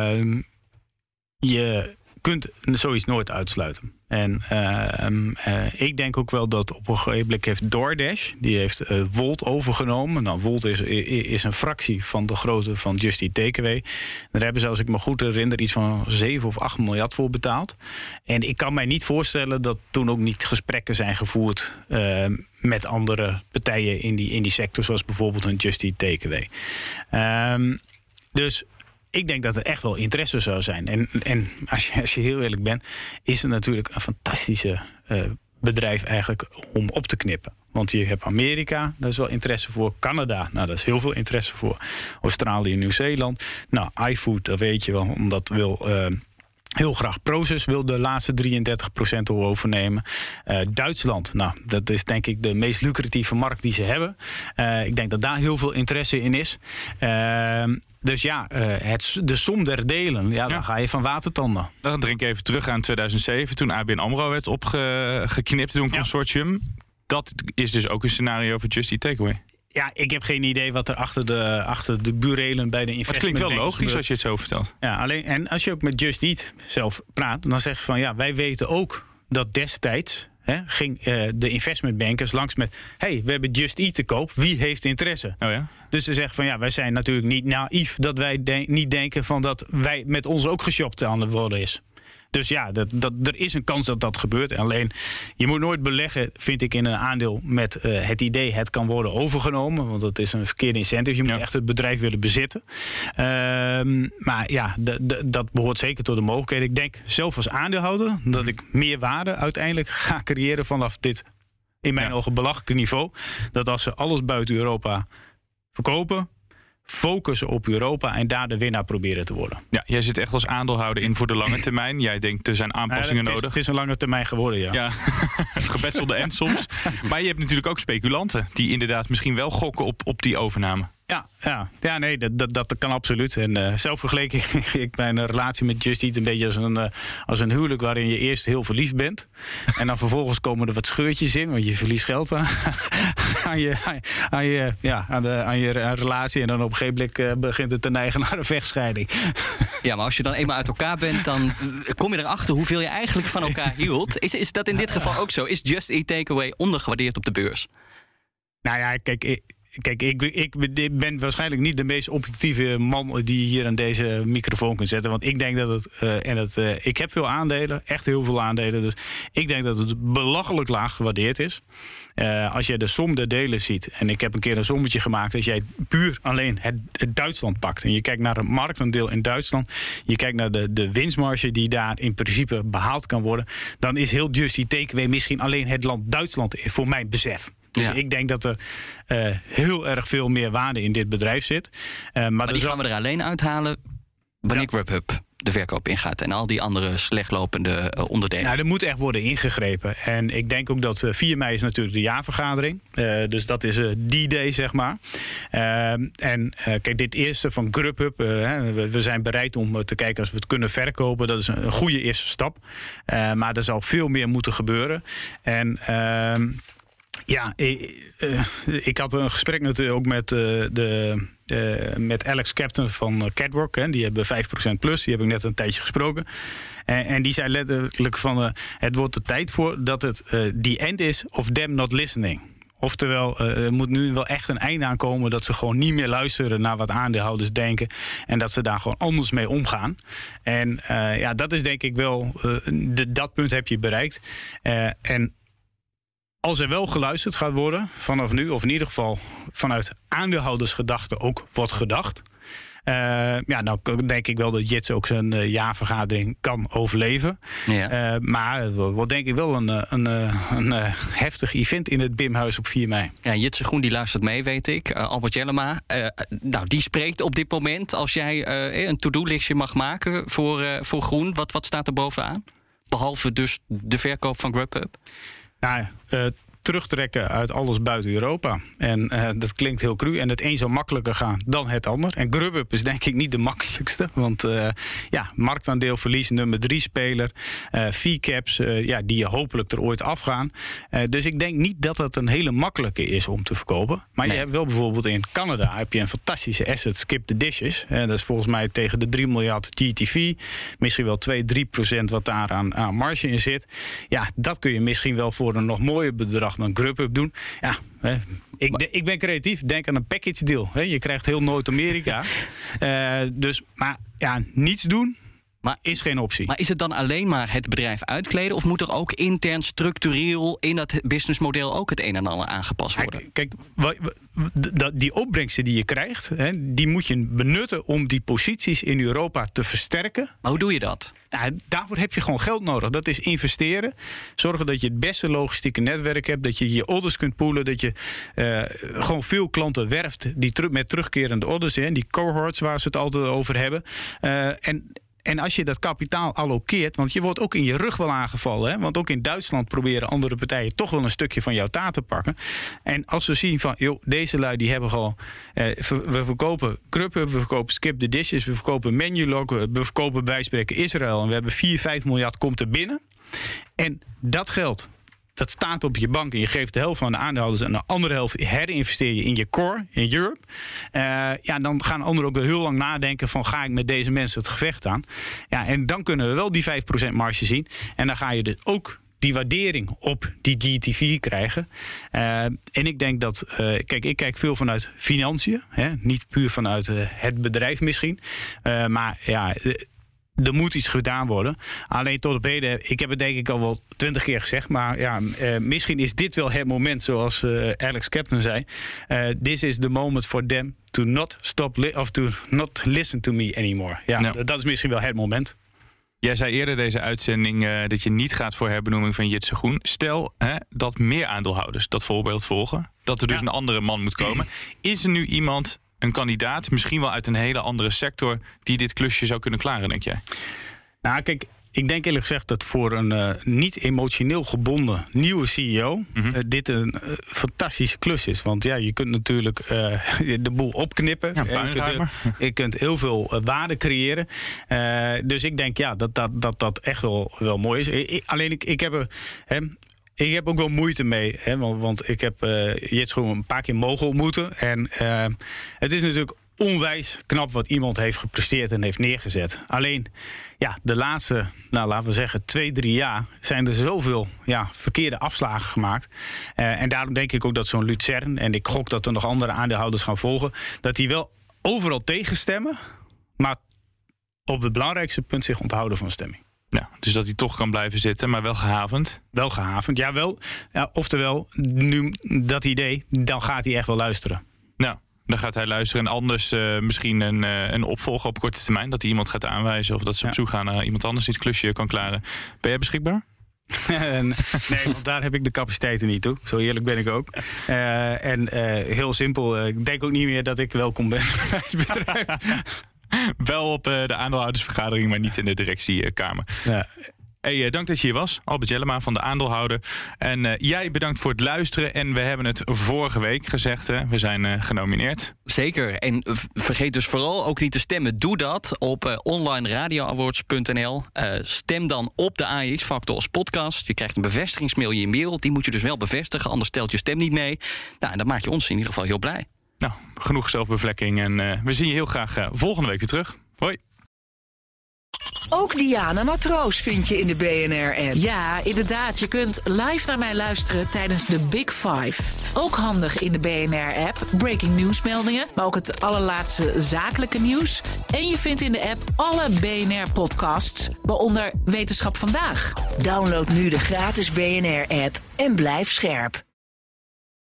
je kunt zoiets nooit uitsluiten. En ik denk ook wel dat op een gegeven moment heeft DoorDash, die heeft Wolt overgenomen. Nou, Wolt is een fractie van de grootte van Just Eat Takeaway. Daar hebben ze, als ik me goed herinner, iets van 7 of 8 miljard voor betaald. En ik kan mij niet voorstellen dat toen ook niet gesprekken zijn gevoerd met andere partijen in die sector, zoals bijvoorbeeld een Just Eat Takeaway. Dus ik denk dat er echt wel interesse zou zijn. En als je heel eerlijk bent, is het natuurlijk een fantastische bedrijf eigenlijk om op te knippen. Want je hebt Amerika, daar is wel interesse voor. Canada, nou, daar is heel veel interesse voor. Australië en Nieuw-Zeeland. Nou, iFood, dat weet je wel, omdat wil heel graag Proces wil de laatste 33% overnemen. Duitsland, nou, dat is denk ik de meest lucratieve markt die ze hebben. Ik denk dat daar heel veel interesse in is. Dus de som der delen, dan ga je van watertanden. Dan drink ik even terug aan 2007, toen ABN AMRO werd opgeknipt door een consortium. Dat is dus ook een scenario voor Just Eat Takeaway. Ja, ik heb geen idee wat er achter de burelen bij de investment. Het klinkt wel logisch gebeurt. als je het zo vertelt. Ja, alleen, en als je ook met Just Eat zelf praat, dan zeg je van wij weten ook dat destijds ging de investmentbankers langs met we hebben Just Eat te koop, wie heeft interesse? Oh ja? Dus ze zeggen van wij zijn natuurlijk niet naïef dat wij niet denken van dat wij met ons ook geshopt aan het worden is. Dus ja, er is een kans dat dat gebeurt. Alleen, je moet nooit beleggen, vind ik, in een aandeel met het idee het kan worden overgenomen. Want dat is een verkeerde incentive. Je moet echt het bedrijf willen bezitten. Maar ja, dat behoort zeker tot de mogelijkheden. Ik denk zelf als aandeelhouder dat ik meer waarde uiteindelijk ga creëren vanaf dit, in mijn ogen, belachelijke niveau. Dat als ze alles buiten Europa verkopen, focussen op Europa en daar de winnaar proberen te worden. Ja, jij zit echt als aandeelhouder in voor de lange termijn. Jij denkt, er zijn aanpassingen nodig. Het is een lange termijn geworden, ja. Gebetselde end soms. Maar je hebt natuurlijk ook speculanten die inderdaad misschien wel gokken op die overname. Ja, nee, dat kan absoluut. En zelf vergeleek ik mijn relatie met Just Eat een beetje als een huwelijk waarin je eerst heel verliefd bent. En dan vervolgens komen er wat scheurtjes in, want je verliest geld aan je relatie. En dan op een gegeven moment begint het te neigen naar een vechtscheiding. Ja, maar als je dan eenmaal uit elkaar bent, dan kom je erachter hoeveel je eigenlijk van elkaar hield. Is dat in dit geval ook zo? Is Just Eat Takeaway ondergewaardeerd op de beurs? Nou ja, kijk, ik ben waarschijnlijk niet de meest objectieve man die hier aan deze microfoon kunt zetten. Want ik denk dat ik heb veel aandelen, echt heel veel aandelen. Dus ik denk dat het belachelijk laag gewaardeerd is. Als je de som der delen ziet, en ik heb een keer een sommetje gemaakt, als jij puur alleen het Duitsland pakt en je kijkt naar een marktaandeel in Duitsland, je kijkt naar de winstmarge die daar in principe behaald kan worden, dan is heel Just Eat Takeaway misschien alleen het land Duitsland voor mijn besef. Dus ik denk dat er heel erg veel meer waarde in dit bedrijf zit. Maar die gaan we er alleen uithalen wanneer Grubhub de verkoop ingaat en al die andere slechtlopende onderdelen. Nou, er moet echt worden ingegrepen. En ik denk ook dat 4 mei is natuurlijk de jaarvergadering. Dus dat is die day, zeg maar. Kijk, dit eerste van Grubhub, we zijn bereid om te kijken als we het kunnen verkopen. Dat is een goede eerste stap. Maar er zal veel meer moeten gebeuren. En ja, ik had een gesprek natuurlijk ook met Alex Captain van Catwalk. Die hebben 5% plus. Die heb ik net een tijdje gesproken. En die zei letterlijk van het wordt de tijd voor dat het the end is of them not listening. Oftewel, er moet nu wel echt een einde aankomen dat ze gewoon niet meer luisteren naar wat aandeelhouders denken. En dat ze daar gewoon anders mee omgaan. En dat is denk ik wel, dat punt heb je bereikt. En als er wel geluisterd gaat worden vanaf nu, of in ieder geval vanuit aandeelhoudersgedachten ook wordt gedacht, dan denk ik wel dat Jitse ook zijn jaarvergadering kan overleven. Ja. Maar het wordt denk ik wel een heftig event in het BIM-huis op 4 mei. Ja, Jitse Groen die luistert mee, weet ik. Albert Jellema, die spreekt op dit moment. Als jij een to-do-listje mag maken voor Groen, wat staat er bovenaan? Behalve dus de verkoop van Grubhub? Nou, terugtrekken uit alles buiten Europa. En dat klinkt heel cru. En het een zal makkelijker gaan dan het ander. En Grubhub is denk ik niet de makkelijkste. Want marktaandeelverlies, nummer 3 speler. Fee-caps, die je hopelijk er ooit afgaan. Dus ik denk niet dat het een hele makkelijke is om te verkopen. Maar je hebt wel bijvoorbeeld in Canada heb je een fantastische asset, Skip the Dishes. Dat is volgens mij tegen de 3 miljard GTV. Misschien wel 2-3% wat daar aan marge in zit. Ja, dat kun je misschien wel voor een nog mooier bedrag dan Grubhub doen. Ja, ik ben creatief. Denk aan een package deal. Je krijgt heel Noord-Amerika. Maar niets doen is geen optie. Maar is het dan alleen maar het bedrijf uitkleden, of moet er ook intern structureel in dat businessmodel ook het een en ander aangepast worden? Kijk, die opbrengsten die je krijgt, die moet je benutten om die posities in Europa te versterken. Maar hoe doe je dat? Nou, daarvoor heb je gewoon geld nodig. Dat is investeren. Zorgen dat je het beste logistieke netwerk hebt. Dat je je orders kunt poolen. Dat je gewoon veel klanten werft die met terugkerende orders. Die cohorts waar ze het altijd over hebben. En als je dat kapitaal allokeert, want je wordt ook in je rug wel aangevallen. Want ook in Duitsland proberen andere partijen toch wel een stukje van jouw taart te pakken. En als we zien van, deze lui die hebben gewoon, we verkopen Grubhub, we verkopen Skip the Dishes, we verkopen Menulog, we verkopen bij wijze van spreken Israël. En we hebben 4-5 miljard komt er binnen. En dat geld dat staat op je bank en je geeft de helft van de aandeelhouders en de andere helft herinvesteer je in je core, in Europe. Dan gaan anderen ook wel heel lang nadenken van ga ik met deze mensen het gevecht aan. Ja, en dan kunnen we wel die 5% marge zien. En dan ga je dus ook die waardering op die GTV krijgen. En ik denk dat... ik kijk veel vanuit financiën. Niet puur vanuit het bedrijf misschien. Maar ja... Er moet iets gedaan worden. Alleen tot op heden, ik heb het denk ik al wel 20 keer gezegd. Maar ja, misschien is dit wel het moment, zoals Alex Captain zei. This is the moment for them to not stop of to not listen to me anymore. Ja, dat is misschien wel het moment. Jij zei eerder deze uitzending dat je niet gaat voor herbenoeming van Jitse Groen. Stel dat meer aandeelhouders dat voorbeeld volgen. Dat er dus een andere man moet komen. Is er nu iemand... een kandidaat, misschien wel uit een hele andere sector... die dit klusje zou kunnen klaren, denk jij? Nou, kijk, ik denk eerlijk gezegd dat voor een niet emotioneel gebonden nieuwe CEO... dit een fantastische klus is. Want ja, je kunt natuurlijk de boel opknippen. Ja, je kunt heel veel waarde creëren. Dus ik denk dat echt wel mooi is. Alleen ik heb... Ik heb ook wel moeite mee, want ik heb Jitse Groen een paar keer mogen ontmoeten. En het is natuurlijk onwijs knap wat iemand heeft gepresteerd en heeft neergezet. Alleen, de laatste, laten we zeggen, 2-3 jaar... zijn er zoveel verkeerde afslagen gemaakt. En daarom denk ik ook dat zo'n Luzern... en ik gok dat er nog andere aandeelhouders gaan volgen... dat die wel overal tegenstemmen... maar op het belangrijkste punt zich onthouden van stemming. Ja, dus dat hij toch kan blijven zitten, maar wel gehavend. Wel gehavend, jawel. Ja, oftewel, nu dat idee, dan gaat hij echt wel luisteren. Nou, dan gaat hij luisteren. En anders misschien een opvolger op korte termijn. Dat hij iemand gaat aanwijzen of dat ze op zoek gaan naar iemand anders die het klusje kan klaren. Ben jij beschikbaar? Nee, want daar heb ik de capaciteiten niet toe. Zo eerlijk ben ik ook. Heel simpel, ik denk ook niet meer dat ik welkom ben bij het bedrijf. Wel op de aandeelhoudersvergadering, maar niet in de directiekamer. Ja. Hey, dank dat je hier was. Albert Jellema van de Aandeelhouder. En jij bedankt voor het luisteren. En we hebben het vorige week gezegd. We zijn genomineerd. Zeker. En vergeet dus vooral ook niet te stemmen. Doe dat op onlineradioawards.nl. Stem dan op de AEX-factor als podcast. Je krijgt een bevestigingsmail in je mail. Die moet je dus wel bevestigen, anders telt je stem niet mee. Nou, en dan maak je ons in ieder geval heel blij. Nou, genoeg zelfbevlekking. En we zien je heel graag volgende week weer terug. Hoi. Ook Diana Matroos vind je in de BNR-app. Ja, inderdaad. Je kunt live naar mij luisteren tijdens de Big Five. Ook handig in de BNR-app. Breaking nieuwsmeldingen, maar ook het allerlaatste zakelijke nieuws. En je vindt in de app alle BNR-podcasts, waaronder Wetenschap Vandaag. Download nu de gratis BNR-app en blijf scherp.